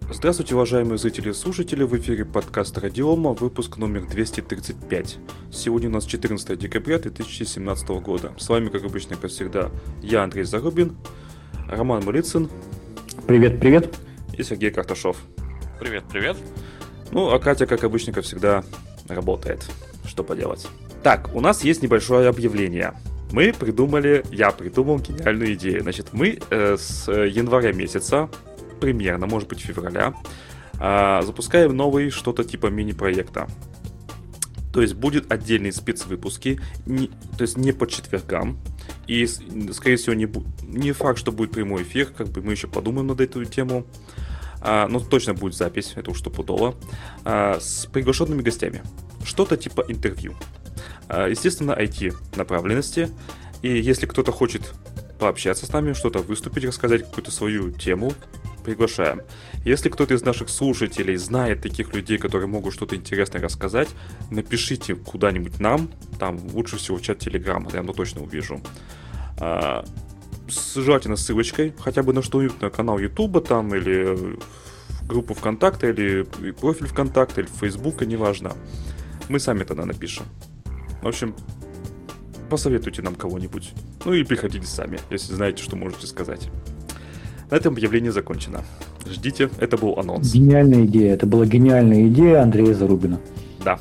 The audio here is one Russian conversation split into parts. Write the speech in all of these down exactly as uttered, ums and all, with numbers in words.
Здравствуйте, уважаемые зрители и слушатели, в эфире подкаст Радиома, выпуск номер двести тридцать пять. Сегодня у нас четырнадцатое декабря две тысячи семнадцатого года. С вами, как обычно, как всегда, я, Андрей Зарубин, Роман Малицын. Привет, привет. И Сергей Карташов. Привет, привет. Ну, а Катя, как обычно, как всегда, работает. Что поделать. Так, у нас есть небольшое объявление. Мы придумали, я придумал гениальную идею. Значит, мы э, с января месяца, примерно, может быть, февраля, э, запускаем новый что-то типа мини-проекта. То есть будет отдельные спецвыпуски, не, то есть не по четвергам. И, скорее всего, не, не факт, что будет прямой эфир, как бы мы еще подумаем над эту тему. А, но точно будет запись, это уж стопудово, а, с приглашенными гостями. Что-то типа интервью. А, естественно, ай ти-направленности. И если кто-то хочет пообщаться с нами, что-то выступить, рассказать какую-то свою тему, приглашаем. Если кто-то из наших слушателей знает таких людей, которые могут что-то интересное рассказать, напишите куда-нибудь нам, там лучше всего в чат Телеграма, я оно точно увижу. А, с желательно ссылочкой, хотя бы на что-нибудь, на канал Ютуба там, или в группу ВКонтакте, или профиль ВКонтакте, или в Фейсбуке, неважно. Мы сами тогда напишем. В общем, посоветуйте нам кого-нибудь. Ну и приходите сами, если знаете, что можете сказать. На этом объявление закончено. Ждите, это был анонс. Гениальная идея. Это была гениальная идея Андрея Зарубина. Да.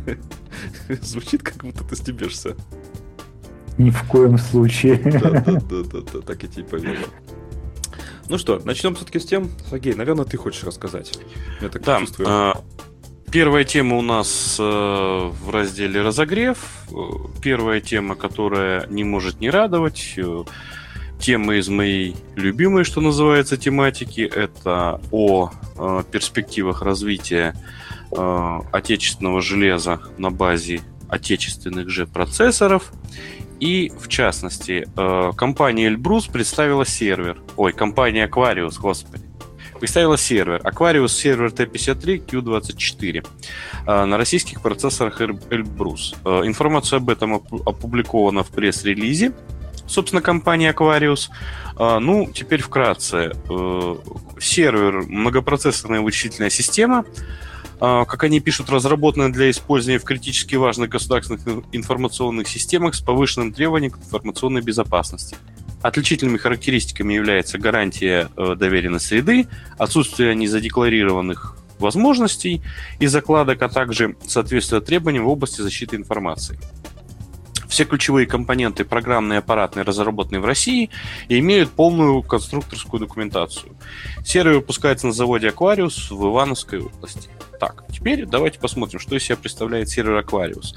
Звучит, как будто ты стебешься. Ни в коем случае. Да-да-да, так и тебе поверю. Ну что, начнем все-таки с тем. Сергей, наверное, ты хочешь рассказать. Я так да, чувствую. А, первая тема у нас а, в разделе «Разогрев». Первая тема, которая не может не радовать. Тема из моей любимой, что называется, тематики. Это о э, перспективах развития э, отечественного железа на базе отечественных же процессоров. И, в частности, э, компания Эльбрус представила сервер. Ой, компания Aquarius, господи. Представила сервер. Aquarius сервер ти пятьдесят три кью двадцать четыре э, на российских процессорах Эльбрус. Э, информация об этом опубликована в пресс-релизе. Собственно, компания Aquarius. Ну, теперь вкратце. Сервер, многопроцессорная вычислительная система, как они пишут, разработанная для использования в критически важных государственных информационных системах с повышенным требованием к информационной безопасности. Отличительными характеристиками является гарантия доверенной среды, отсутствие незадекларированных возможностей и закладок, а также соответствие требованиям в области защиты информации. Все ключевые компоненты программные и аппаратные, разработанные в России, и имеют полную конструкторскую документацию. Сервер выпускается на заводе Aquarius в Ивановской области. Так, теперь давайте посмотрим, что из себя представляет сервер Aquarius.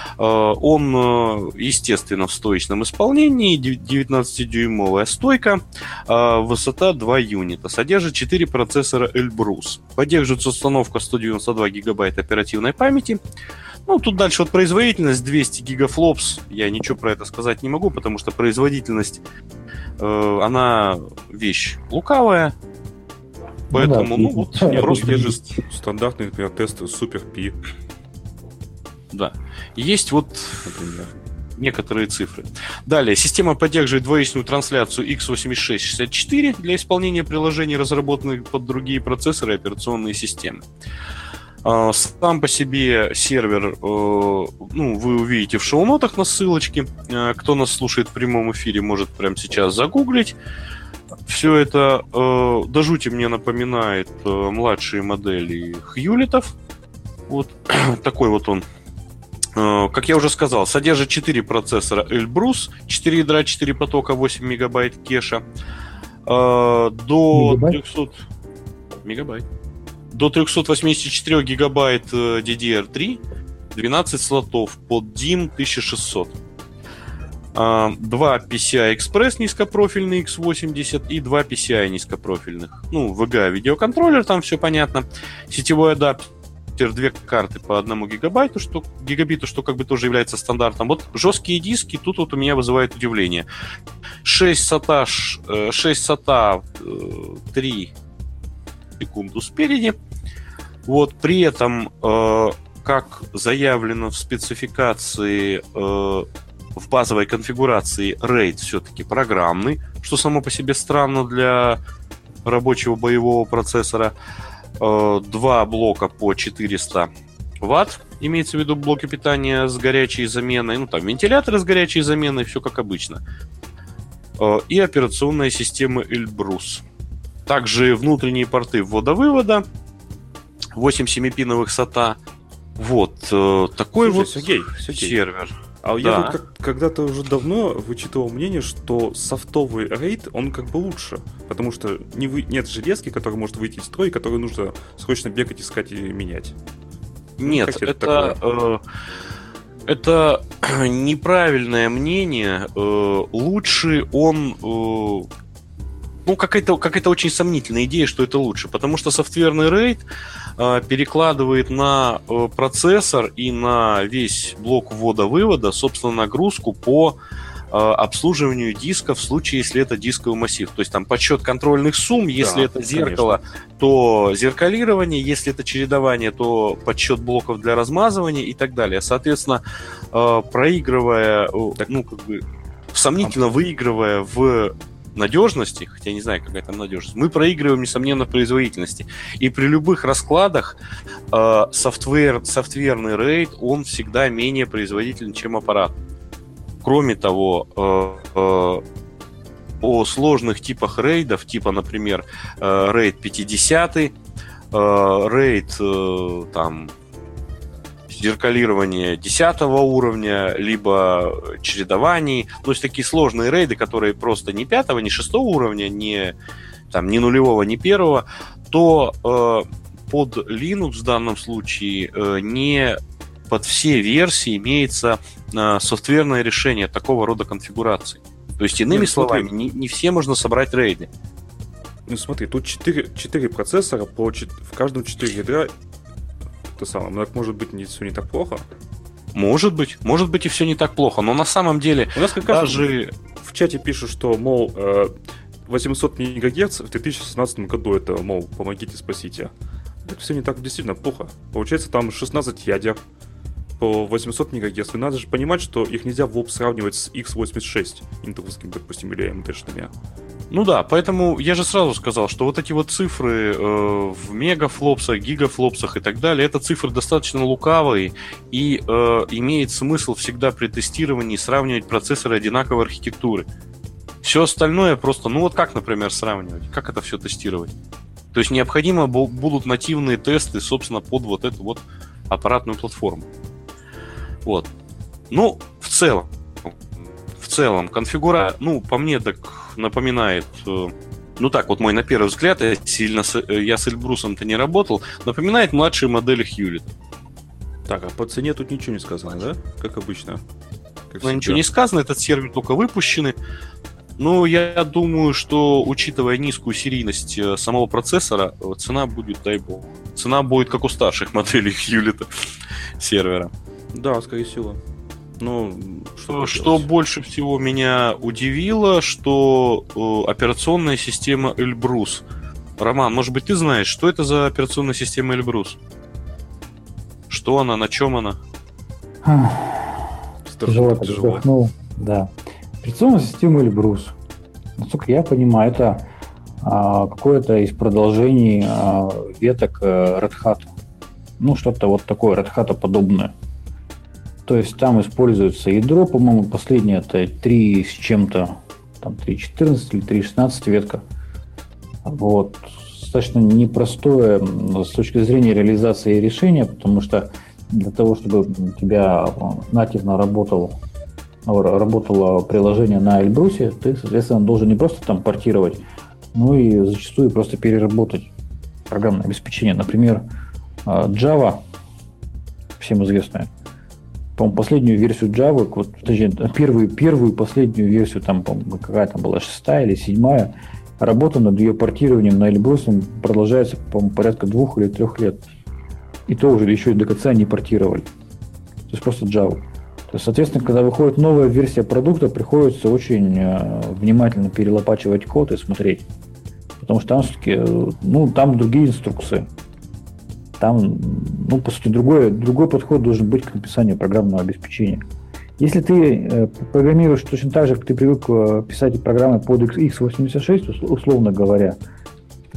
Он, естественно, в стоечном исполнении, девятнадцатидюймовая стойка, высота два юнита, содержит четыре процессора Эльбрус. Поддерживается установка сто девяносто два гигабайта оперативной памяти. Ну, тут дальше вот производительность двести гигафлопс. Я ничего про это сказать не могу, потому что производительность, э, она вещь лукавая. Поэтому, ну, ну да, ну, просто есть стандартный, например, тест Super Pi. Да. Есть вот, например, некоторые цифры. Далее, система поддерживает двоичную трансляцию икс восемьдесят шесть шестьдесят четыре для исполнения приложений, разработанных под другие процессоры и операционные системы. Сам по себе сервер, ну, вы увидите в шоу-нотах на ссылочке. Кто нас слушает в прямом эфире, может прямо сейчас загуглить. Все это до жути мне напоминает младшие модели Хьюлитов. Вот такой вот он. Как я уже сказал, содержит четыре процессора Эльбрус, четыре ядра, четыре потока, восемь мегабайт кэша. До трехсот мегабайт. До триста восемьдесят четыре гигабайт ди ди ар три, двенадцать слотов под дим тысяча шестьсот. Два пи си ай Express низкопрофильный икс восемьдесят и два пи си ай низкопрофильных. Ну, ви джи эй видеоконтроллер, там все понятно. Сетевой адаптер, две карты по одному гигабайту, что, гигабиту, что как бы тоже является стандартом. Вот жесткие диски, тут вот у меня вызывает удивление. шесть сата, шесть сата, три секунду спереди. Вот, при этом, э, как заявлено в спецификации, э, в базовой конфигурации RAID все-таки программный, что само по себе странно для рабочего боевого процессора. два блока по четыреста ватт, имеется в виду блоки питания с горячей заменой, ну там вентиляторы с горячей заменой, все как обычно. И операционная система Эльбрус. Также внутренние порты ввода-вывода, восемь семипиновых сата. Вот такой Слушай, вот Сергей, Сергей. сервер. А Да. я тут как- когда-то уже давно вычитывал мнение, что софтовый рейд, он как бы лучше. Потому что не вы... нет железки, которая может выйти из строя, которую нужно срочно бегать, искать и менять. Нет, как тебе это, э, это неправильное мнение. Э, лучше он... Э, ну, какая-то, какая-то очень сомнительная идея, что это лучше. Потому что софтверный рейд э, перекладывает на э, процессор и на весь блок ввода-вывода, собственно, нагрузку по э, обслуживанию диска в случае, если это дисковый массив. То есть там подсчет контрольных сумм, если Да, это зеркало, конечно, то зеркалирование, если это чередование, то подсчет блоков для размазывания и так далее. Соответственно, э, проигрывая, э, Так. ну, как бы, сомнительно выигрывая в надежности, хотя я не знаю, какая там надежность, мы проигрываем, несомненно, в производительности. И при любых раскладах э, софтвер, софтверный рейд, он всегда менее производителен, чем аппарат. Кроме того, э, э, о сложных типах рейдов, типа, например, э, рейд пятьдесят, э, рейд э, там зеркалирование десятого уровня, либо чередований. То есть такие сложные рейды, которые просто не пятого, не шестого уровня, не, там, ни нулевого, ни первого, то э, под Linux в данном случае э, не под все версии имеется э, софтверное решение такого рода конфигураций. То есть, иными Нет, словами, смотри. не, не все можно собрать рейды. Ну смотри, тут четыре, четыре процессора, по чет- в каждом четыре ядра. То самое, ну, так может быть не, все не так плохо. Может быть, может быть и все не так плохо, но на самом деле У нас как раз даже... в чате пишут, что, мол, э, восемьсот мегагерц в две тысячи шестнадцатом году это, мол, помогите, спасите. Так все не так действительно плохо. Получается, там шестнадцать ядер по восемьсот мегагерц. И надо же понимать, что их нельзя в лоб сравнивать с икс восемьдесят шесть интеловским, допустим, или эй эм ди-шными. Ну да, поэтому я же сразу сказал, что вот эти вот цифры э, в мегафлопсах, гигафлопсах и так далее, это цифры достаточно лукавые, и э, имеет смысл всегда при тестировании сравнивать процессоры одинаковой архитектуры. Все остальное просто, ну вот как, например, сравнивать? Как это все тестировать? То есть необходимо бу- будут нативные тесты, собственно, под вот эту вот аппаратную платформу. Вот. Ну, в целом, в целом, конфигура, ну, по мне так напоминает, э, ну так вот мой на первый взгляд, я сильно с, я с Эльбрусом-то не работал, напоминает младшие модели Хьюлит. Так, а по цене тут ничего не сказано, да? Как обычно. Как Но всегда. ничего не сказано, этот сервер только выпущенный. Но я думаю, что, учитывая низкую серийность э, самого процессора, э, цена будет, дай бог. Цена будет как у старших моделей Хьюлита сервера. Да, скорее всего. Ну, что, Что поделать? больше всего меня удивило, что э, операционная система Эльбрус. Роман, может быть, ты знаешь, что это за операционная система Эльбрус? Что она, на чем она? Тяжело Тяжело. так вздохнул. Да. Операционная система Эльбрус. Насколько я понимаю, это а, какое-то из продолжений а, веток а, Red Hat. Ну, что-то вот такое Red Hat подобное. То есть там используется ядро, по-моему, последнее это три с чем-то, там три четырнадцать или три шестнадцать ветка. Вот. Достаточно непростое с точки зрения реализации решения, потому что для того, чтобы у тебя нативно работал, работало приложение на Эльбрусе, ты, соответственно, должен не просто там портировать, но и зачастую просто переработать программное обеспечение. Например, Java, всем известная, по-моему, последнюю версию Java, вот, точнее, первую, первую, последнюю версию, там, какая там была, шестая или седьмая, работа над ее портированием на Эльбрус продолжается, по-моему, порядка двух или трех лет. И то уже еще и до конца не портировали. То есть просто Java. То есть, соответственно, когда выходит новая версия продукта, приходится очень э, внимательно перелопачивать код и смотреть. Потому что там все-таки, ну, там другие инструкции. Там, ну, по сути, другой, другой подход должен быть к написанию программного обеспечения. Если ты э, программируешь точно так же, как ты привык э, писать программы под икс восемьдесят шесть, условно говоря,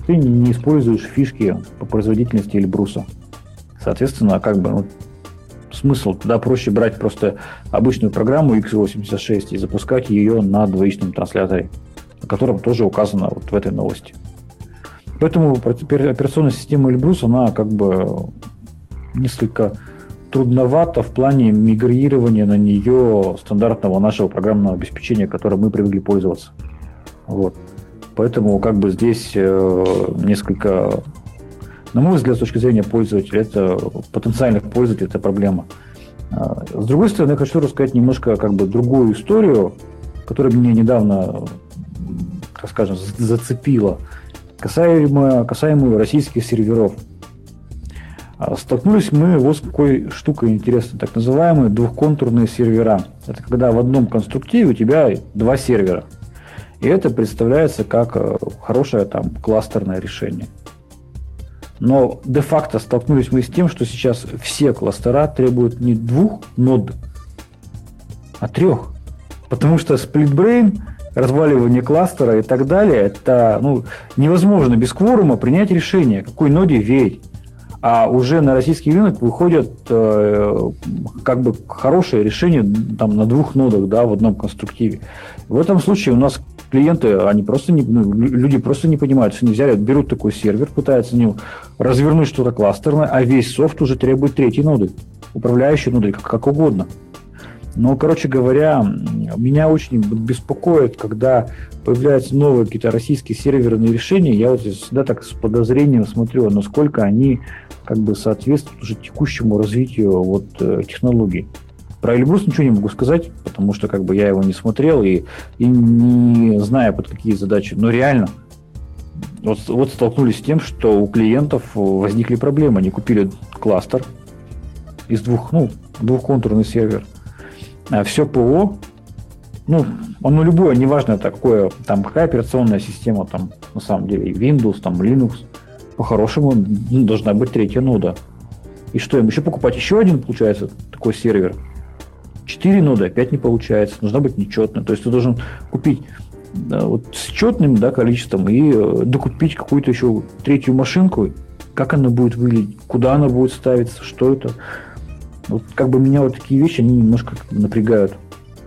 ты не, не используешь фишки по производительности Эльбруса. Соответственно, как бы ну, смысл, туда проще брать просто обычную программу икс восемьдесят шесть и запускать ее на двоичном трансляторе, о котором тоже указано вот в этой новости. Поэтому операционная система Эльбрус, она как бы несколько трудновато в плане мигрирования на нее стандартного нашего программного обеспечения, которым мы привыкли пользоваться. Вот. Поэтому как бы здесь э, несколько, на мой взгляд, с точки зрения пользователя, это потенциальных пользователей, это проблема. С другой стороны, я хочу рассказать немножко как бы другую историю, которая меня недавно, так скажем, зацепила, касаемо, касаемо российских серверов. Столкнулись мы вот с какой штукой интересной, так называемые двухконтурные сервера. Это когда в одном конструктиве у тебя два сервера. И это представляется как хорошее там кластерное решение. Но де-факто столкнулись мы с тем, что сейчас все кластера требуют не двух нод, а трех. Потому что сплитбрейн, разваливание кластера и так далее, это ну, невозможно без кворума принять решение, какой ноде верить. А уже на российский рынок выходят э, как бы хорошее решение там, на двух нодах, да, в одном конструктиве. В этом случае у нас клиенты, они просто не, ну, люди просто не понимают, что они взяли, берут такой сервер, пытаются на него развернуть что-то кластерное, а весь софт уже требует третьей ноды, управляющей ноды, как, как угодно. Но, короче говоря, меня очень беспокоит, когда появляются новые какие-то российские серверные решения. Я вот всегда так с подозрением смотрю, насколько они как бы соответствуют уже текущему развитию вот, технологий. Про Эльбрус ничего не могу сказать, потому что как бы я его не смотрел и, и не знаю, под какие задачи. Но реально, вот, вот столкнулись с тем, что у клиентов возникли проблемы. Они купили кластер из двух, ну, двухконтурный сервер. Все ПО, ну, оно любое, неважно, это какое, там, какая операционная система, там, на самом деле, Windows, там, Linux, по-хорошему ну, должна быть третья нода. И что, им еще покупать еще один, получается, такой сервер? Четыре ноды опять не получается, нужна быть нечетной. То есть ты должен купить да, вот, с четным да, количеством и э, докупить какую-то еще третью машинку, как она будет выглядеть, куда она будет ставиться, что это. Вот как бы меня вот такие вещи, они немножко напрягают.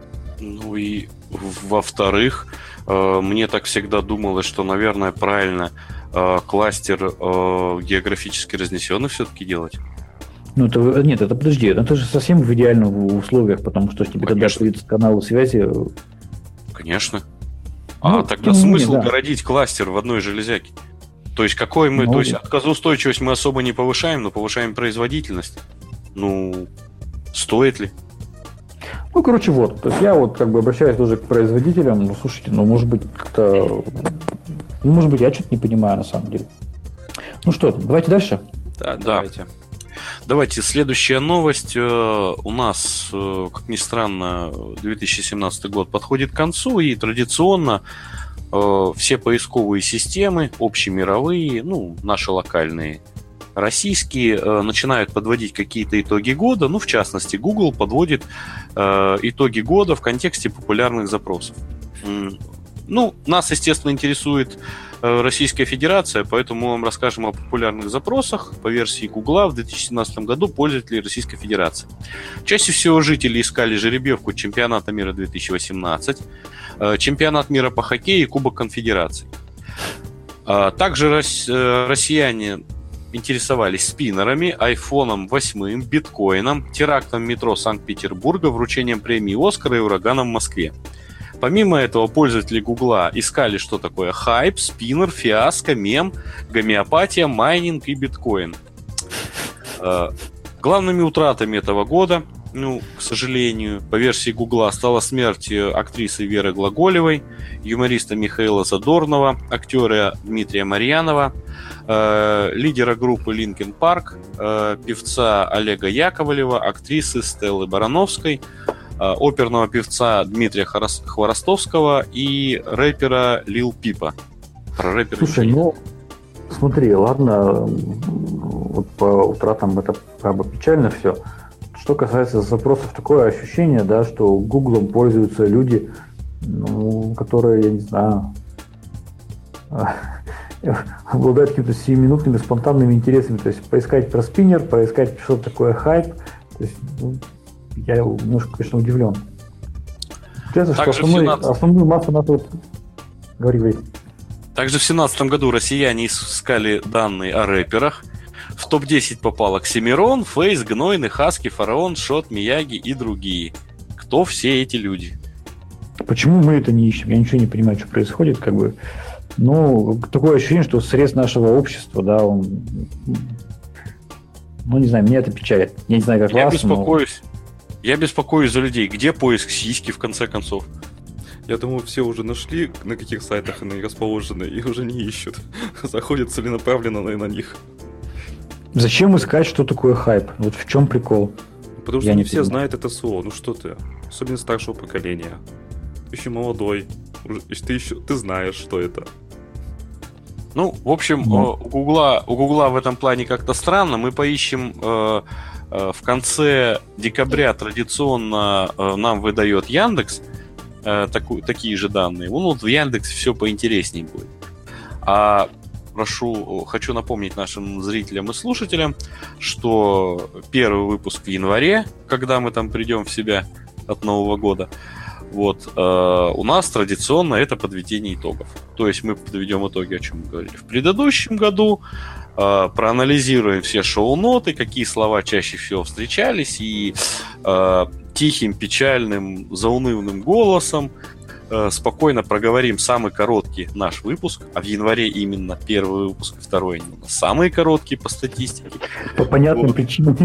Ну и во-вторых, э, мне так всегда думалось, что, наверное, правильно э, кластер э, географически разнесенный все-таки делать. Ну, это, нет, это подожди, это же совсем в идеальных условиях, потому что тебе тогда появятся каналы связи. Конечно. А ну, тогда смысл да. городить кластер в одной железяке? То есть какой мы, ну, то есть отказоустойчивость мы особо не повышаем, но повышаем производительность. Ну, стоит ли? Ну, короче, вот. То есть я вот как бы обращаюсь тоже к производителям. Ну, слушайте, ну, может быть, как-то... Ну, может быть, я что-то не понимаю на самом деле. Ну что, давайте дальше. Да, да. давайте. Давайте, следующая новость. У нас, как ни странно, две тысячи семнадцатый год подходит к концу, и традиционно все поисковые системы, общемировые, ну, наши локальные, российские, э, начинают подводить какие-то итоги года. Ну, в частности, Google подводит э, итоги года в контексте популярных запросов. М- ну, нас, естественно, интересует э, Российская Федерация, поэтому мы вам расскажем о популярных запросах по версии Google в две тысячи семнадцатом году пользователей Российской Федерации. Чаще всего жители искали жеребьевку чемпионата мира две тысячи восемнадцать, э, чемпионат мира по хоккею и Кубок Конфедераций. Э, также рос- э, россияне интересовались спиннерами, айфоном восемь, биткоином, терактом метро Санкт-Петербурга, вручением премии «Оскара» и ураганом в Москве. Помимо этого, пользователи Гугла искали, что такое хайп, спиннер, фиаско, мем, гомеопатия, майнинг и биткоин. Главными утратами этого года, ну, к сожалению, по версии Гугла, стала смерть актрисы Веры Глаголевой, юмориста Михаила Задорнова, актера Дмитрия Марьянова, э, лидера группы Linkin Park, э, певца Олега Яковлева, актрисы Стеллы Барановской, э, оперного певца Дмитрия Хорос- Хворостовского и рэпера Лил Пипа. Про рэпера Слушай, ну, смотри, ладно, вот по утратам это как бы печально все. Что касается запросов, такое ощущение, да, что Гуглом пользуются люди, ну, которые, я не знаю, обладает какими-то сиюминутными спонтанными интересами. То есть поискать про спиннер, поискать, что такое хайп. То есть, ну, я немножко, конечно, удивлен. Кажется, что основной, семнадцатом... основную массу надо вот... Говори, говори. Также в две тысячи семнадцатом году россияне искали данные о рэперах. В топ десять попало Оксимирон, Фейс, Гнойный, Хаски, Фараон, Шот, Мияги и другие. Кто все эти люди? Почему мы это не ищем? Я ничего не понимаю, что происходит. Как бы, ну, такое ощущение, что срез нашего общества, да, он... Ну, не знаю, меня это печалит. Я не знаю, как Я вас, беспокоюсь. Но... Я беспокоюсь за людей. Где поиск сиськи, в конце концов? Я думаю, все уже нашли, на каких сайтах они расположены, и уже не ищут. Заходят целенаправленно на, на них. Зачем искать, что такое хайп? Вот в чем прикол? Потому что я не все понимаю. Знают это слово. Ну что ты? Особенно старшего поколения. Еще молодой. Ты еще ты знаешь, что это. Ну, в общем, ну. у Гугла, у Гугла в этом плане как-то странно. Мы поищем э, э, в конце декабря традиционно э, нам выдает Яндекс э, таку, такие же данные. Ну, вот в Яндексе все поинтереснее будет. А прошу, хочу напомнить нашим зрителям и слушателям, что первый выпуск в январе, когда мы там придем в себя от Нового года, вот, э, у нас традиционно это подведение итогов. То есть мы подведем итоги, о чем мы говорили в предыдущем году, э, проанализируем все шоу-ноты, какие слова чаще всего встречались, и э, тихим, печальным, заунывным голосом э, спокойно проговорим самый короткий наш выпуск, а в январе именно первый выпуск и второй самые короткие по статистике. По понятным вот. причинам.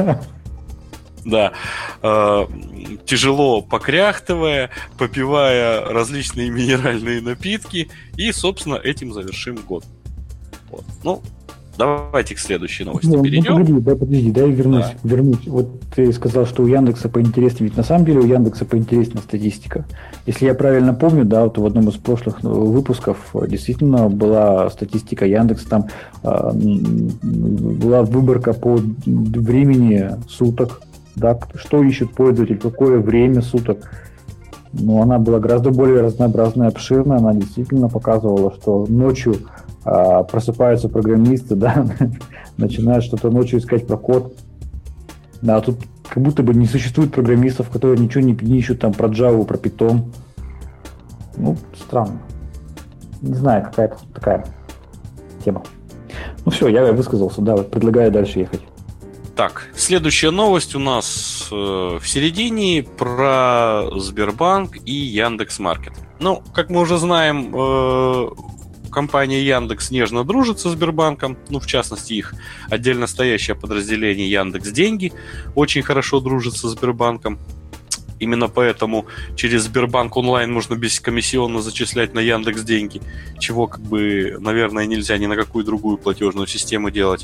Да, э, тяжело покряхтывая, попивая различные минеральные напитки, и, собственно, этим завершим год. Вот. Ну, давайте к следующей новости ну, перейдем. Ну, погоди, дай, подожди, дай вернусь, да. вернусь. Вот ты сказал, что у Яндекса поинтереснее, ведь на самом деле у Яндекса поинтереснее статистика. Если я правильно помню, да, вот в одном из прошлых выпусков действительно была статистика Яндекса, там э, была выборка по времени суток. Да, что ищет пользователь, какое время суток. Но она была гораздо более разнообразная, обширная. Она действительно показывала, что ночью а, просыпаются программисты, да, начинают что-то ночью искать про код. Да, тут как будто бы не существует программистов, которые ничего не, не ищут там про Java, про Python. Ну, странно. Не знаю, какая-то такая тема. Ну все, я высказался, да, предлагаю дальше ехать. Так, следующая новость у нас э, в середине про Сбербанк и Яндекс.Маркет. Ну, как мы уже знаем, э, компания Яндекс нежно дружит со Сбербанком. Ну, в частности, их отдельно стоящее подразделение Яндекс.Деньги очень хорошо дружит со Сбербанком. Именно поэтому через Сбербанк онлайн можно бескомиссионно зачислять на Яндекс.Деньги, чего, как бы, наверное, нельзя ни на какую другую платежную систему делать.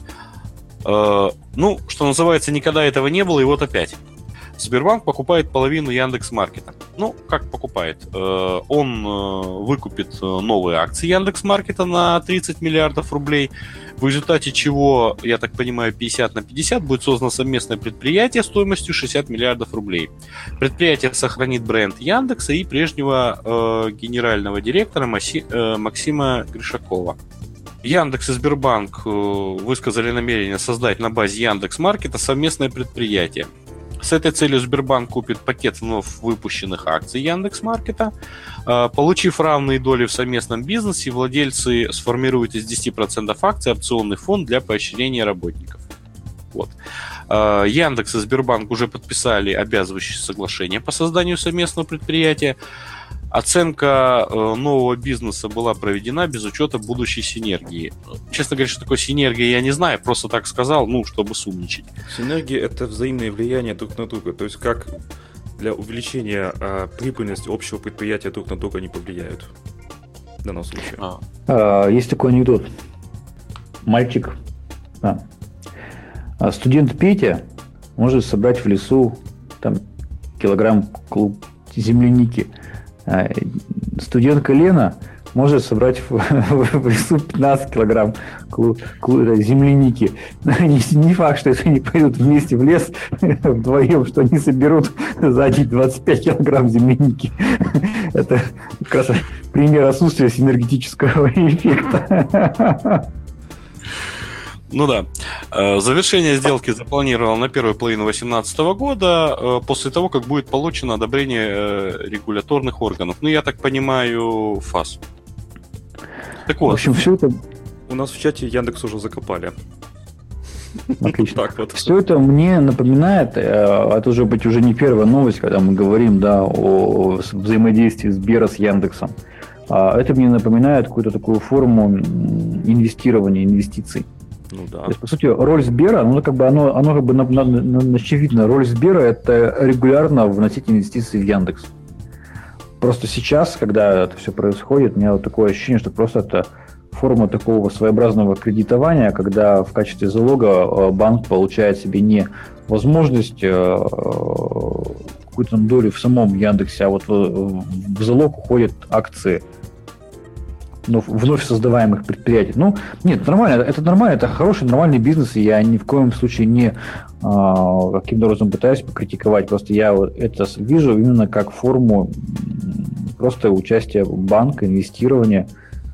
Ну, что называется, никогда этого не было, и вот опять. Сбербанк покупает половину Яндекс.Маркета. Ну, как покупает? Он выкупит новые акции Яндекс.Маркета на тридцать миллиардов рублей, в результате чего, я так понимаю, пятьдесят на пятьдесят будет создано совместное предприятие стоимостью шестьдесят миллиардов рублей. Предприятие сохранит бренд Яндекса и прежнего э, генерального директора Маси, э, Максима Гришакова. Яндекс и Сбербанк высказали намерение создать на базе Яндекс.Маркета совместное предприятие. С этой целью Сбербанк купит пакет вновь выпущенных акций Яндекс.Маркета. Получив равные доли в совместном бизнесе, владельцы сформируют из десяти процентов акций опционный фонд для поощрения работников. Вот. Яндекс и Сбербанк уже подписали обязывающее соглашение по созданию совместного предприятия. Оценка э, нового бизнеса была проведена без учета будущей синергии. Честно говоря, что такое синергия, я не знаю, просто так сказал, ну, чтобы сумничать. Синергия – это взаимное влияние друг на друга, то есть как для увеличения э, прибыльности общего предприятия друг на друга не повлияют в данном случае. А. А, есть такой анекдот. Мальчик, а, студент Петя может собрать в лесу там килограмм земляники. Студентка Лена может собрать в, в, в лесу пятнадцать килограмм клу, клу, земляники. Не, не факт, что если они пойдут вместе в лес вдвоем, что они соберут сзади двадцать пять килограмм земляники. Это как раз пример отсутствия синергетического эффекта. Ну да. Завершение сделки запланировано на первую половину две тысячи восемнадцатого года, после того, как будет получено одобрение регуляторных органов. Ну, я так понимаю, ФАС. Так вот, в общем, все это... У нас в чате Яндекс уже закопали. Отлично. Так вот. Все это мне напоминает, это уже быть уже не первая новость, когда мы говорим, да, о взаимодействии Сбера с Яндексом. Это мне напоминает какую-то такую форму инвестирования, инвестиций. Ну да. То есть, по сути, роль Сбера, ну, как бы оно, оно как бы на, на, на, очевидно, роль Сбера – это регулярно вносить инвестиции в Яндекс. Просто сейчас, когда это все происходит, у меня вот такое ощущение, что просто это форма такого своеобразного кредитования, когда в качестве залога банк получает себе не возможность какую-то долю в самом Яндексе, а вот в залог уходят акции вновь создаваемых предприятий. Ну, нет, нормально, это нормально, это хороший, нормальный бизнес, и я ни в коем случае не а, каким-то образом пытаюсь покритиковать, просто я вот это вижу именно как форму просто участия банка, инвестирования,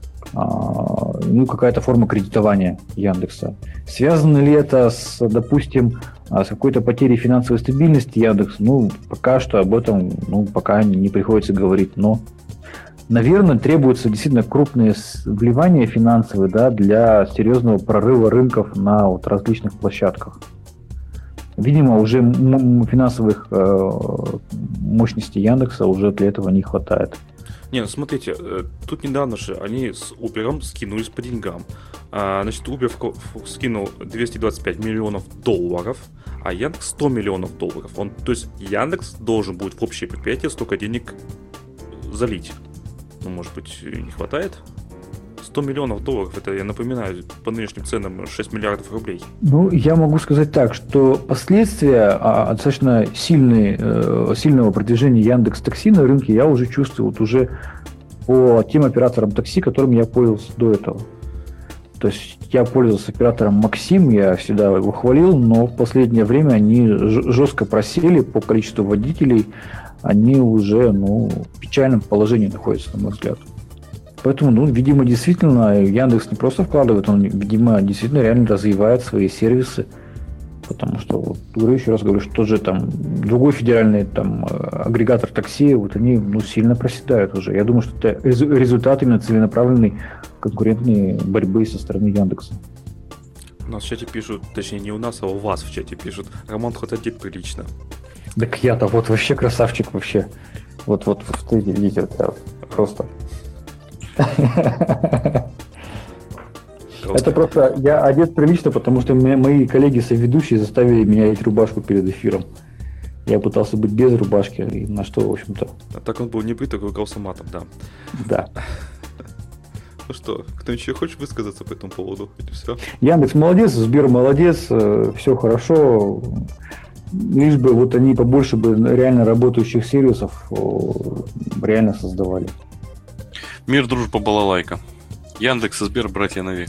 а, ну, какая-то форма кредитования Яндекса. Связано ли это с, допустим, с какой-то потерей финансовой стабильности Яндекса? Ну, пока что об этом, ну, пока не приходится говорить, но наверное, требуются действительно крупные вливания финансовые, да, для серьезного прорыва рынков на вот различных площадках. Видимо, уже м- финансовых э- мощностей Яндекса уже для этого не хватает. Не, ну смотрите, тут недавно же они с Uber скинулись по деньгам. А, значит, Uber скинул двести двадцать пять миллионов долларов, а Яндекс сто миллионов долларов. Он, то есть Яндекс должен будет в общее предприятие столько денег залить. Ну, может быть, не хватает? сто миллионов долларов, это, я напоминаю, по нынешним ценам шесть миллиардов рублей. Ну, я могу сказать так, что последствия а, достаточно сильные, э, сильного продвижения Яндекс.Такси на рынке я уже чувствую вот уже по тем операторам такси, которыми я пользовался до этого. То есть я пользовался оператором Максим, я всегда его хвалил, но в последнее время они жестко просели по количеству водителей, они уже, ну, в печальном положении находятся, на мой взгляд. Поэтому, ну, видимо, действительно, Яндекс не просто вкладывает, он, видимо, действительно реально развивает свои сервисы. Потому что, вот, говорю, еще раз говорю, что тот же там другой федеральный там агрегатор такси, вот они, ну, сильно проседают уже. Я думаю, что это результат именно целенаправленной конкурентной борьбы со стороны Яндекса. У нас в чате пишут, точнее не у нас, а у вас в чате пишут, Роман хоть одет прилично. Так я-то вот вообще красавчик вообще. Вот, вот, вот видите, вот я просто. Это просто я одет прилично, потому что мои коллеги-соведущие заставили меня одеть рубашку перед эфиром. Я пытался быть без рубашки, и на что, в общем-то. А так он был не брит, только ругался матом, да. Да. Ну что, кто-нибудь еще хочет высказаться по этому поводу? Или все? Яндекс молодец, Сбер молодец, все хорошо. Лишь бы вот они побольше бы реально работающих сервисов реально создавали. Мир, дружба, балалайка. Яндекс и Сбер братья навек.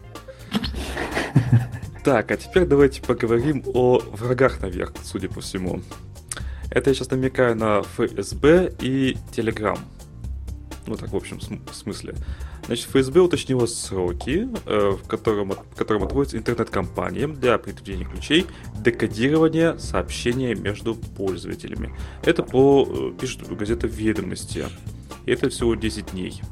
Так, а теперь давайте поговорим о врагах навек, судя по всему. Это я сейчас намекаю на эф эс бэ и Telegram. Ну так, в общем, в смысле. Значит, эф эс бэ уточнила сроки, в котором, в котором отводится интернет-компаниям для прикрепления ключей декодирования сообщения между пользователями. Это по, пишет газета «Ведомости». И это всего десять дней.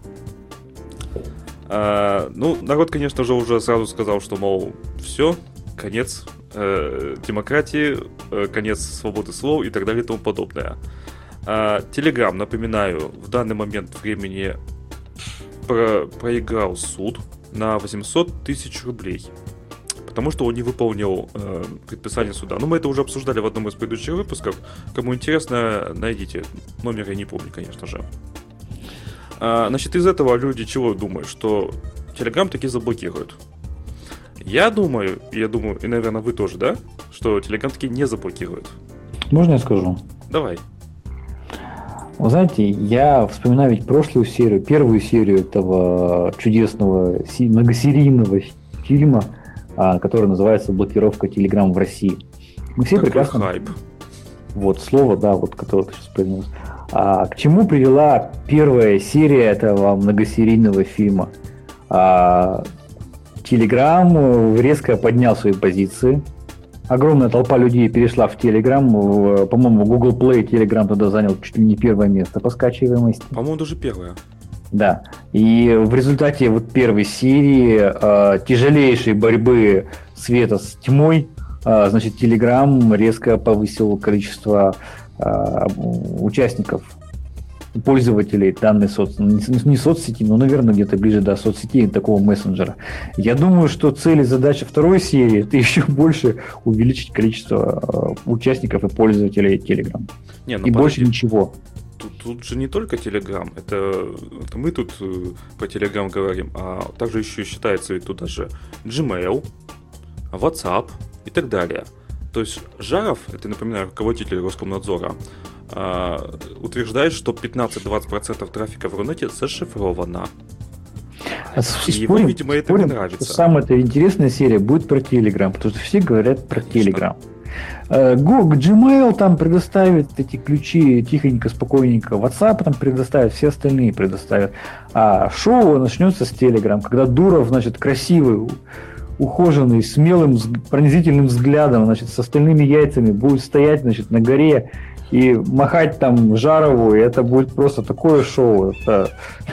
А, ну, народ, конечно же, уже сразу сказал, что, мол, все, конец э, демократии, э, конец свободы слова и так далее и тому подобное. А, Telegram, напоминаю, в данный момент времени про, проиграл суд на восемьсот тысяч рублей, потому что он не выполнил э, предписание суда. Ну, мы это уже обсуждали в одном из предыдущих выпусков. Кому интересно, найдите. Номер я не помню, конечно же. А, значит, из этого люди чего думают? Что Telegram таки заблокируют. Я думаю, я думаю, и, наверное, вы тоже, да? Что Telegram таки не заблокируют. Можно я скажу? Давай. Вы знаете, я вспоминаю ведь прошлую серию, первую серию этого чудесного многосерийного фильма, который называется «Блокировка Telegram в России». Мы все Такой прекрасно... хайп. Вот слово, да, вот которое ты сейчас произнес. А, к чему привела первая серия этого многосерийного фильма? А, Telegram резко поднял свои позиции. Огромная толпа людей перешла в Telegram. В, по-моему, Google Play Telegram тогда занял чуть ли не первое место по скачиваемости. По-моему, даже первое. Да. И в результате вот первой серии э, тяжелейшей борьбы света с тьмой, э, значит, Telegram резко повысил количество э, участников, пользователей данной соцсети, не соцсети, но, наверное, где-то ближе до соцсетей такого мессенджера. Я думаю, что цель и задача второй серии – это еще больше увеличить количество э, участников и пользователей Telegram. Не, ну и подожди. Больше ничего. Тут, тут же не только Telegram, это, это мы тут э, про Telegram говорим, а также еще считается и туда же Gmail, WhatsApp и так далее. То есть Жаров, это, напоминаю, руководитель Роскомнадзора, э, утверждает, что пятнадцать-двадцать процентов трафика в Рунете зашифровано. А и спорим, ему, видимо, это спорим, не нравится. Самая интересная серия будет про Telegram, потому что все говорят про Telegram. Google, Gmail там предоставит эти ключи тихонько, спокойненько, WhatsApp там предоставит, все остальные предоставят. А шоу начнется с Telegram, когда Дуров, значит, красивый, ухоженный, смелым, пронзительным взглядом, значит, с остальными яйцами будет стоять, значит, на горе и махать там Жарову, и это будет просто такое шоу. Это...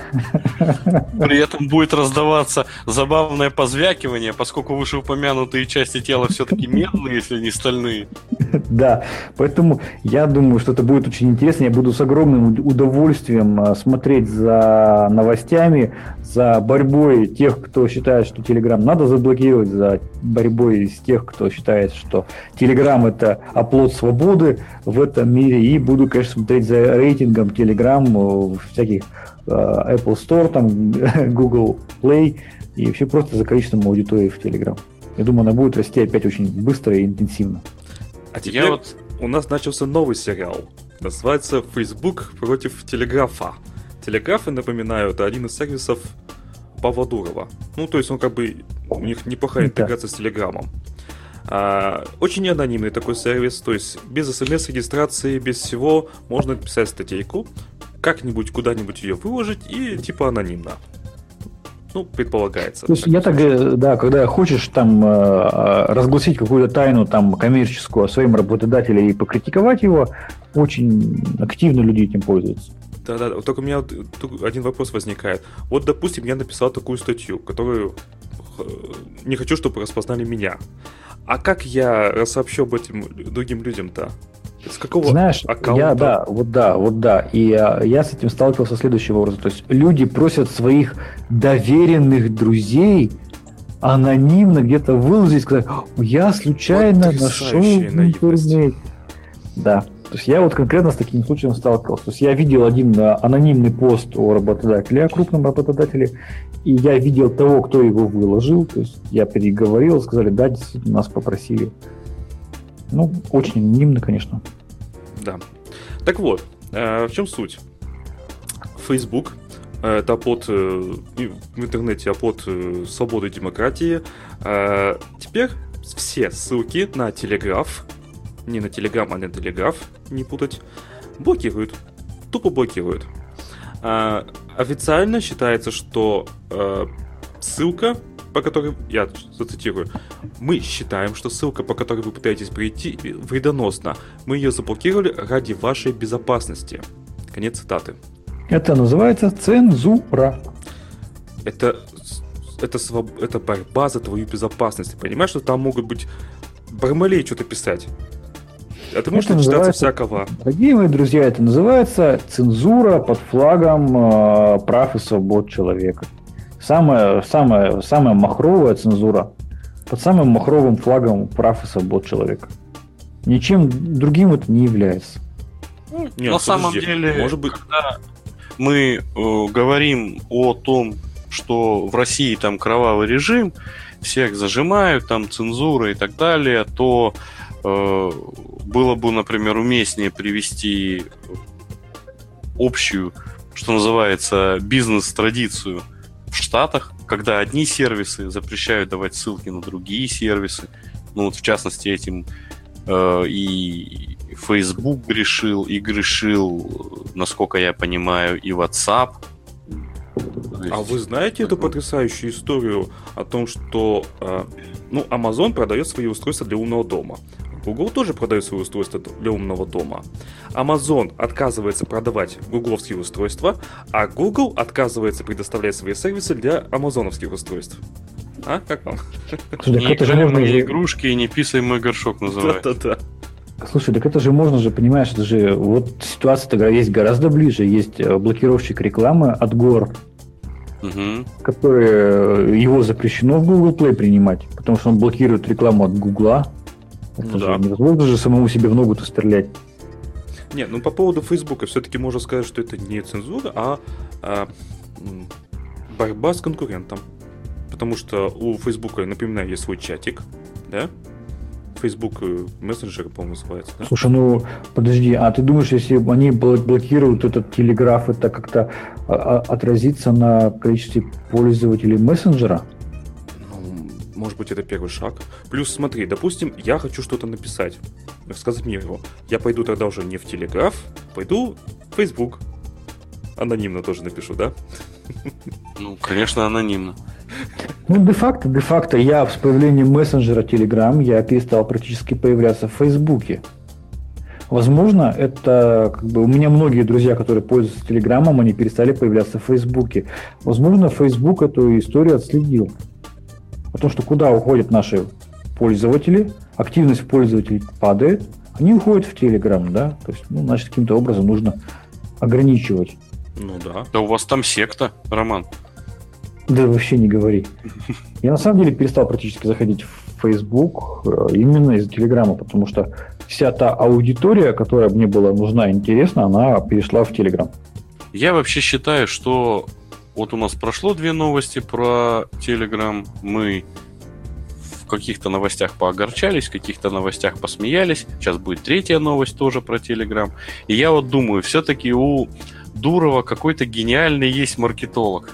При этом будет раздаваться забавное позвякивание, поскольку вышеупомянутые части тела все-таки медные, если не стальные. Да, поэтому я думаю, что это будет очень интересно. Я буду с огромным удовольствием смотреть за новостями, за борьбой тех, кто считает, что Telegram надо заблокировать, за борьбой с тех, кто считает, что Telegram это оплот свободы в этом мире. И буду, конечно, смотреть за рейтингом Telegram в всяких Apple Store, там, Google Play и вообще просто за количеством аудитории в Telegram. Я думаю, она будет расти опять очень быстро и интенсивно. А теперь Я вот... у нас начался новый сериал. Называется Facebook против Телеграфа. Телеграф, я напоминаю, это один из сервисов Павла Дурова. Ну, то есть он как бы... У них неплохая интеграция с Телеграмом. А, очень анонимный такой сервис, то есть без смс-регистрации, без всего можно писать статейку, как-нибудь куда-нибудь ее выложить и типа анонимно. Ну, предполагается. То есть я так, да, когда хочешь там разгласить какую-то тайну там коммерческую о своем работодателе и покритиковать его, очень активно люди этим пользуются. Да-да, только у меня один вопрос возникает. Вот, допустим, я написал такую статью, которую не хочу, чтобы распознали меня. А как я рассообщу об этом другим людям-то? С какого Знаешь, аккаунта? Я, да, вот да, вот да. И я, я с этим сталкивался следующего образа. То есть люди просят своих доверенных друзей анонимно где-то выложить, сказать, я случайно нашел в интернете. Да. То есть я вот конкретно с таким случаем сталкивался. То есть я видел один анонимный пост о работодателе, о крупном работодателе, и я видел того, кто его выложил. То есть я переговорил, сказали, да, действительно, нас попросили. Ну, очень анонимно, конечно. Да. Так вот, э, в чем суть? Facebook э, это оплот э, в интернете, оплот э, свободы и демократии. Э, теперь все ссылки на Telegram, не на Telegram, а на Telegram, не путать, блокируют. Тупо блокируют. Э, официально считается, что э, ссылка, по которой, я зацитирую, мы считаем, что ссылка, по которой вы пытаетесь прийти, вредоносна. Мы ее заблокировали ради вашей безопасности. Конец цитаты. Это называется цензура. Это, это, своб... это борьба за твою безопасность. Ты понимаешь, что там могут быть бармалей что-то писать? А ты можешь начитаться всякого. Дорогие мои друзья, это называется цензура под флагом э, прав и свобод человека. Самая, самая, самая махровая цензура под самым махровым флагом прав и свобод человека. Ничем другим это не является. Ну, Нет, на самом деле, может быть, когда мы э, говорим о том, что в России там кровавый режим, всех зажимают, там цензура и так далее, то э, было бы, например, уместнее привести общую, что называется, бизнес-традицию в Штатах, когда одни сервисы запрещают давать ссылки на другие сервисы. Ну вот в частности этим э, и Facebook грешил, и грешил, насколько я понимаю, и WhatsApp. А вы знаете эту потрясающую историю о том, что э, ну, Amazon продает свои устройства для умного дома. Google тоже продает свои устройства для умного дома. Amazon отказывается продавать гугловские устройства, а Google отказывается предоставлять свои сервисы для амазоновских устройств. А? Как вам? Не играли мои игрушки и не писай мой горшок называется. Да-да-да. Слушай, так это же можно же, понимаешь, это же вот ситуация тогда есть гораздо ближе. Есть блокировщик рекламы от Гор, угу. который его запрещено в Google Play принимать, потому что он блокирует рекламу от Гугла. Это ну, же да. невозможно же самому себе в ногу-то стрелять. Не, ну по поводу Фейсбука все-таки можно сказать, что это не цензура, а, а борьба с конкурентом. Потому что у Фейсбука, напоминаю, есть свой чатик, да? Facebook мессенджер, по-моему, называется, да? Слушай, ну подожди, а ты думаешь, если они блокируют этот телеграф, это как-то отразится на количестве пользователей мессенджера? Может быть, это первый шаг. Плюс, смотри, допустим, я хочу что-то написать, рассказать миру. Я пойду тогда уже не в Телеграф, пойду в Facebook. Анонимно тоже напишу, да? Ну, конечно, анонимно. Ну, де-факто, де-факто, я с появлением мессенджера Telegram, я перестал практически появляться в Фейсбуке. Возможно, это как бы у меня многие друзья, которые пользуются Телеграмом, они перестали появляться в Фейсбуке. Возможно, Facebook эту историю отследил. О том, что куда уходят наши пользователи, активность пользователей падает, они уходят в Telegram, да? То есть, ну, значит, каким-то образом нужно ограничивать. Ну да. Да у вас там секта, Роман. Да вообще не говори. Я на самом деле перестал практически заходить в Facebook именно из-за Телеграма, потому что вся та аудитория, которая мне была нужна и интересна, она перешла в Telegram. Я вообще считаю, что вот у нас прошло две новости про Telegram, мы в каких-то новостях поогорчались, в каких-то новостях посмеялись, сейчас будет третья новость тоже про Telegram, и я вот думаю, все-таки у Дурова какой-то гениальный есть маркетолог,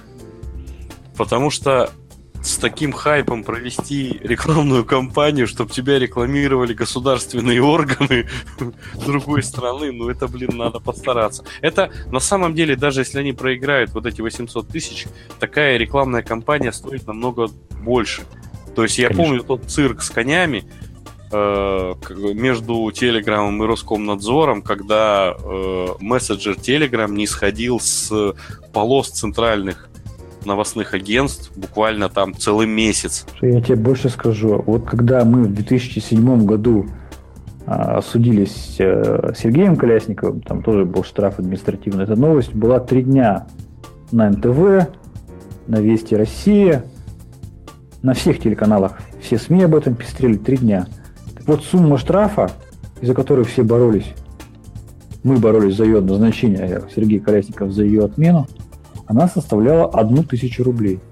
потому что с таким хайпом провести рекламную кампанию, чтобы тебя рекламировали государственные органы другой страны, ну это, блин, надо постараться. Это, на самом деле, даже если они проиграют вот эти восемьсот тысяч, такая рекламная кампания стоит намного больше. То есть я Конечно. помню тот цирк с конями э, между Телеграмом и Роскомнадзором, когда э, мессенджер Телеграм не сходил с полос центральных новостных агентств буквально там целый месяц. Я тебе больше скажу. Вот когда мы в две тысячи седьмом году а, судились с а, Сергеем Колясниковым, там тоже был штраф административный, эта новость была три дня на эн тэ вэ, на Вести Россия, на всех телеканалах. Все СМИ об этом пестрели три дня. Так вот, сумма штрафа, из-за которой все боролись, мы боролись за ее назначение, Сергей Колясников за ее отмену, она составляла одну тысячу рублей.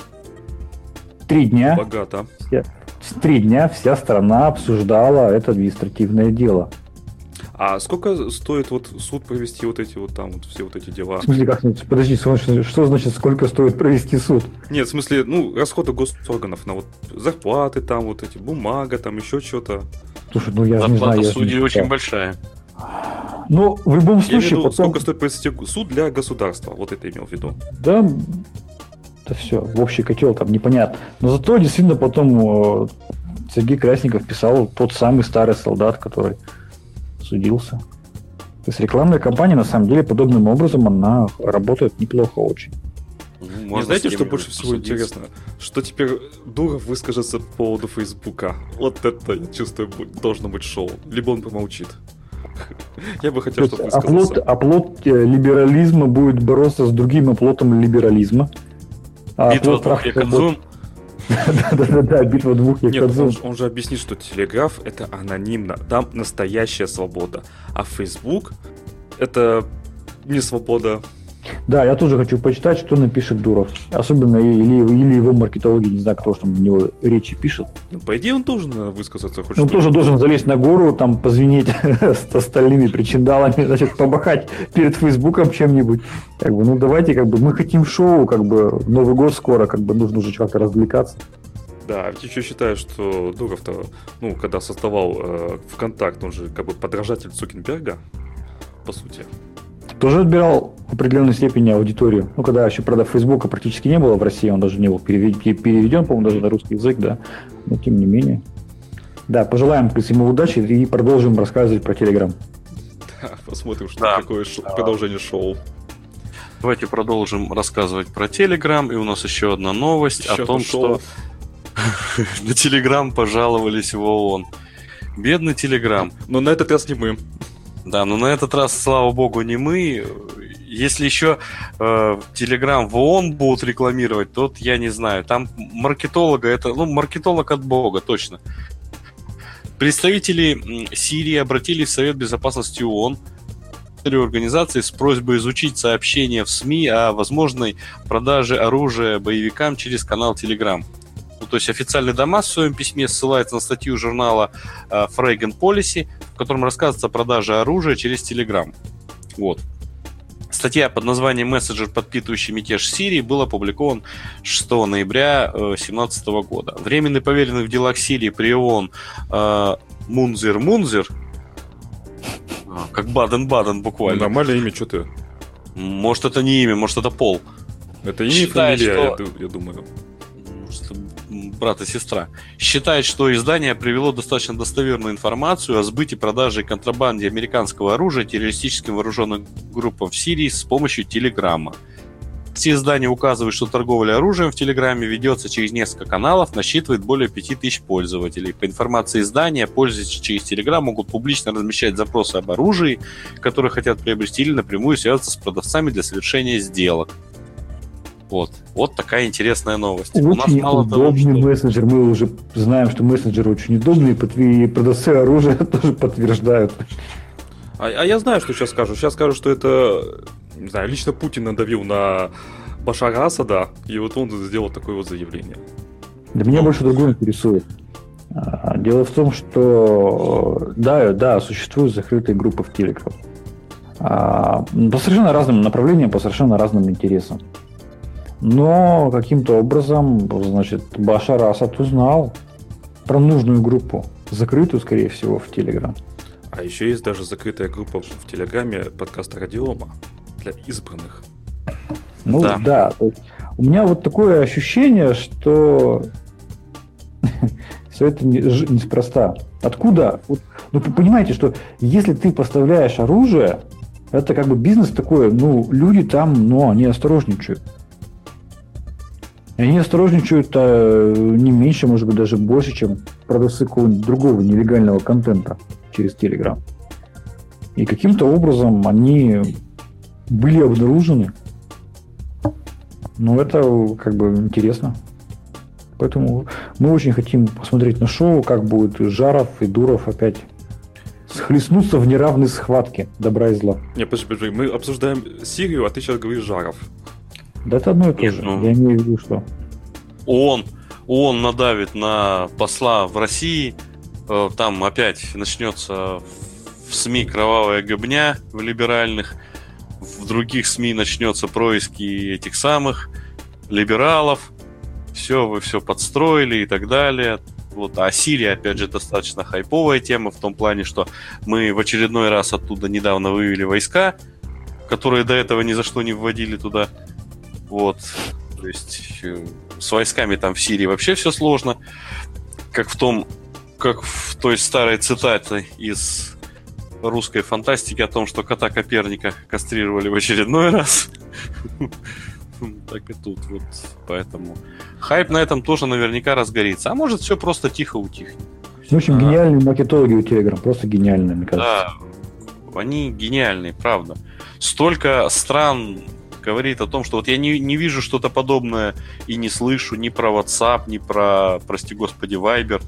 Три дня. Богато. Вся, три дня вся страна обсуждала это административное дело. А сколько стоит вот суд провести вот эти вот там вот все вот эти дела? В смысле, как? Подожди, что значит сколько стоит провести суд? Нет, в смысле, ну, расходы госорганов на вот зарплаты там, вот эти, бумага там, еще что-то. Слушай, ну я же не знаю. Зарплата судей очень большая. Ну, в любом случае... Я имею в виду, потом... сколько стоит провести суд для государства, вот это имел в виду. Да, это все, в общий котел там непонятно. Но зато действительно потом Сергей Красников писал тот самый старый солдат, который судился. То есть рекламная кампания, на самом деле, подобным образом, она работает неплохо очень. Ну, не знаете, что больше всего посудиться. Интересно? Что теперь Дуров выскажется по поводу Фейсбука. Вот это, я чувствую, должно быть шоу. Либо он помолчит. Я бы хотел, чтобы высказался. Оплот, оплот либерализма будет бороться с другим оплотом либерализма. А битва двух якадзун. Да-да-да, битва двух якадзун. Нет, он же объяснит, что Телеграф это анонимно. Там настоящая свобода. А Facebook это не свобода. Да, я тоже хочу почитать, что напишет Дуров. Особенно или, или его маркетологи, не знаю, кто там у него речи пишет. Ну, по идее, он должен высказаться. Хоть он тоже должен залезть на гору, там позвенеть с остальными причиндалами, значит, побахать перед Фейсбуком чем-нибудь. Как бы, ну давайте, как бы, мы хотим шоу, как бы, Новый год скоро, как бы, нужно уже как-то развлекаться. Да, а ты еще считаешь, что Дуров-то, ну, когда создавал э, ВКонтакт, он же как бы подражатель Цукерберга, по сути. Тоже отбирал в определенной степени аудиторию. Ну, когда еще, правда, Фейсбука практически не было в России, он даже не был переведен, по-моему, даже на русский язык, да. Но тем не менее. Да, пожелаем ему удачи и продолжим рассказывать про Телеграм. Да, посмотрим, что да. такое шоу, продолжение шоу. Давайте продолжим рассказывать про Телеграм. И у нас еще одна новость еще о том, что на Телеграм пожаловались в ООН. Бедный Телеграм. Но на этот раз не мы. Да, но на этот раз, слава богу, не мы. Если еще Телеграм э, в ООН будут рекламировать, то я не знаю. Там маркетолога, это, ну, маркетолог от бога, точно. Представители Сирии обратились в Совет Безопасности ООН организации с просьбой изучить сообщения в СМИ о возможной продаже оружия боевикам через канал Telegram. Ну, то есть официальный Дамаск в своем письме ссылается на статью журнала uh, Foreign Policy, в котором рассказывается о продаже оружия через Telegram. Вот. Статья под названием «Мессенджер, подпитывающий мятеж в Сирии» была опубликована шестого ноября две тысячи семнадцатого года. Временный поверенный в делах Сирии при ООН uh, Мунзир Мунзир, как Баден-Баден буквально. Нормальное имя, что ты? Может, это не имя, может, это пол. Это имя и фамилия, что... я, я думаю. Может, брат и сестра. Считает, что издание привело достаточно достоверную информацию о сбыте, продаже и контрабанде американского оружия террористическим вооруженным группам в Сирии с помощью Телеграма. Все издания указывают, что торговля оружием в Телеграме ведется через несколько каналов, насчитывает более пяти тысяч пользователей. По информации издания, пользователи через Телеграм могут публично размещать запросы об оружии, которые хотят приобрести, или напрямую связываться с продавцами для совершения сделок. Вот. Вот такая интересная новость. Очень У нас мало удобный того, что... мессенджер. Мы уже знаем, что мессенджеры очень удобные, и продавцы оружия тоже подтверждают. А, а я знаю, что сейчас скажу. Сейчас скажу, что это, не знаю, лично Путин надавил на Башара Асада, и вот он сделал такое вот заявление. Да меня больше другое интересует. Дело в том, что да, да, существуют закрытые группы в Telegram. По совершенно разным направлениям, по совершенно разным интересам. Но каким-то образом, значит, Башар Асад узнал про нужную группу, закрытую, скорее всего, в Telegram. А еще есть даже закрытая группа в Телеграме подкаста Радиома для избранных. Ну да, да. У меня вот такое ощущение, что все это неспроста. Откуда? Вот, ну, вы понимаете, что если ты поставляешь оружие, это как бы бизнес такой, ну, люди там, ну, они осторожничают. И они осторожничают а, не меньше, может быть, даже больше, чем продавцы какого-нибудь другого нелегального контента через Telegram. И каким-то образом они были обнаружены. Ну, это как бы интересно. Поэтому мы очень хотим посмотреть на шоу, как будет Жаров и Дуров опять схлестнуться в неравной схватке добра и зла. Не, подожди, подожди, мы обсуждаем Сирию, а ты сейчас говоришь Жаров. Да это одно и то Нет, же. ну... Я имею в виду, что... ООН, ООН надавит на посла в России, там опять начнется в СМИ кровавая гобня в либеральных, в других СМИ начнется происки этих самых либералов, все, вы все подстроили и так далее. Вот. А Сирия, опять же, достаточно хайповая тема в том плане, что мы в очередной раз оттуда недавно вывели войска, которые до этого ни за что не вводили туда. Вот. То есть с войсками там в Сирии вообще все сложно. Как в том, как в той старой цитате из русской фантастики о том, что кота Коперника кастрировали в очередной раз. Так и тут. Вот. Поэтому хайп на этом тоже наверняка разгорится. А может, все просто тихо утихнет. В общем, а... гениальные маркетологи у Telegram. Просто гениальные, мне кажется. Да, они гениальные, правда. Столько стран говорит о том, что вот я не, не вижу что-то подобное и не слышу ни про WhatsApp, ни про, прости господи, Viber.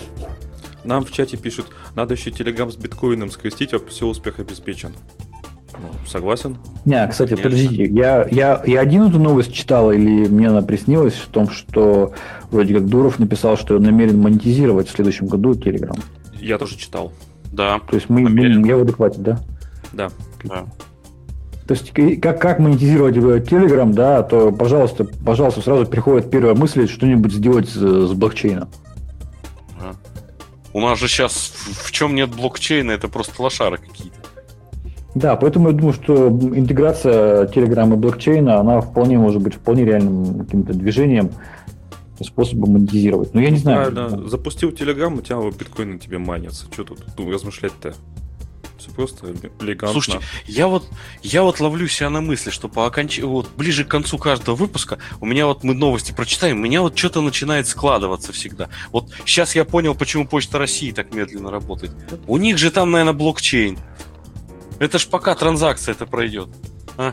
Нам в чате пишут, надо еще Telegram с биткоином скрестить, а все, успех обеспечен. Ну, согласен. Не, кстати, Конечно. подождите, я, я, я один эту новость читал, или мне она приснилась в том, что вроде как Дуров написал, что он намерен монетизировать в следующем году Telegram. Я тоже читал. Да. То есть мы, мы Намерен. я в адеквате, да? Да. Да. То есть и как, как монетизировать Telegram, да, то, пожалуйста, пожалуйста, сразу приходит первая мысль что-нибудь сделать с, с блокчейном. Да. У нас же сейчас в, в чем нет блокчейна, это просто лошары какие-то. Да, поэтому я думаю, что интеграция Telegram и блокчейна, она вполне может быть вполне реальным каким-то движением, способом монетизировать. Но я не знаю. Правильно. Запустил Telegram, у тебя биткоины тебе майнятся. Что тут ну, размышлять-то? Все просто элегантно. Слушайте, я вот, я вот ловлю себя на мысли, что по оконч... вот ближе к концу каждого выпуска у меня вот мы новости прочитаем, у меня вот что-то начинает складываться всегда. Вот сейчас я понял, почему Почта России так медленно работает. У них же там, наверное, блокчейн. Это ж пока транзакция это пройдет. А?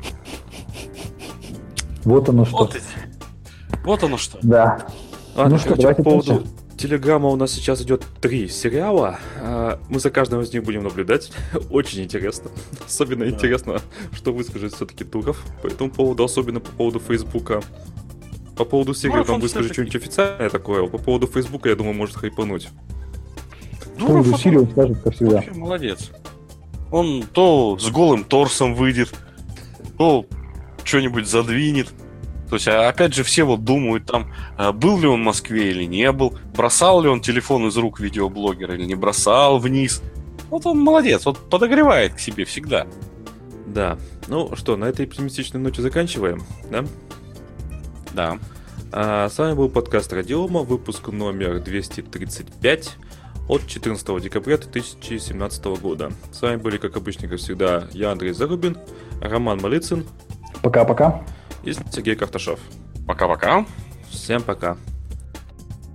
Вот оно что. Вот, эти. Вот оно что. Да. Ладно, Ну что, короче, давайте по поводу дальше. Телеграма у нас сейчас идет три сериала. А, Мы за каждым из них будем наблюдать. Очень интересно. Особенно Да. интересно, что выскажет все-таки Дуров по этому поводу, особенно по поводу Фейсбука. По поводу серии Дуров, он он выскажет всё-таки- что-нибудь официальное такое, а по поводу Фейсбука, я думаю, может хайпануть. По поводу Дуров, Сири он скажет, как всегда. вообще молодец. Он то с голым торсом выйдет, то что-нибудь задвинет. То есть, а, опять же, все вот думают, там, а, был ли он в Москве или не был, бросал ли он телефон из рук видеоблогера или не бросал вниз. Вот он молодец, вот подогревает к себе всегда. Да. Ну что, на этой оптимистичной ноте заканчиваем, да? Да. А с вами был подкаст Радиома, выпуск номер двести тридцать пять от четырнадцатого декабря две тысячи семнадцатого года. С вами были, как обычно, как всегда, я, Андрей Зарубин, Роман Малицын Пока-пока. и Сергей Карташов. Пока-пока. Всем пока.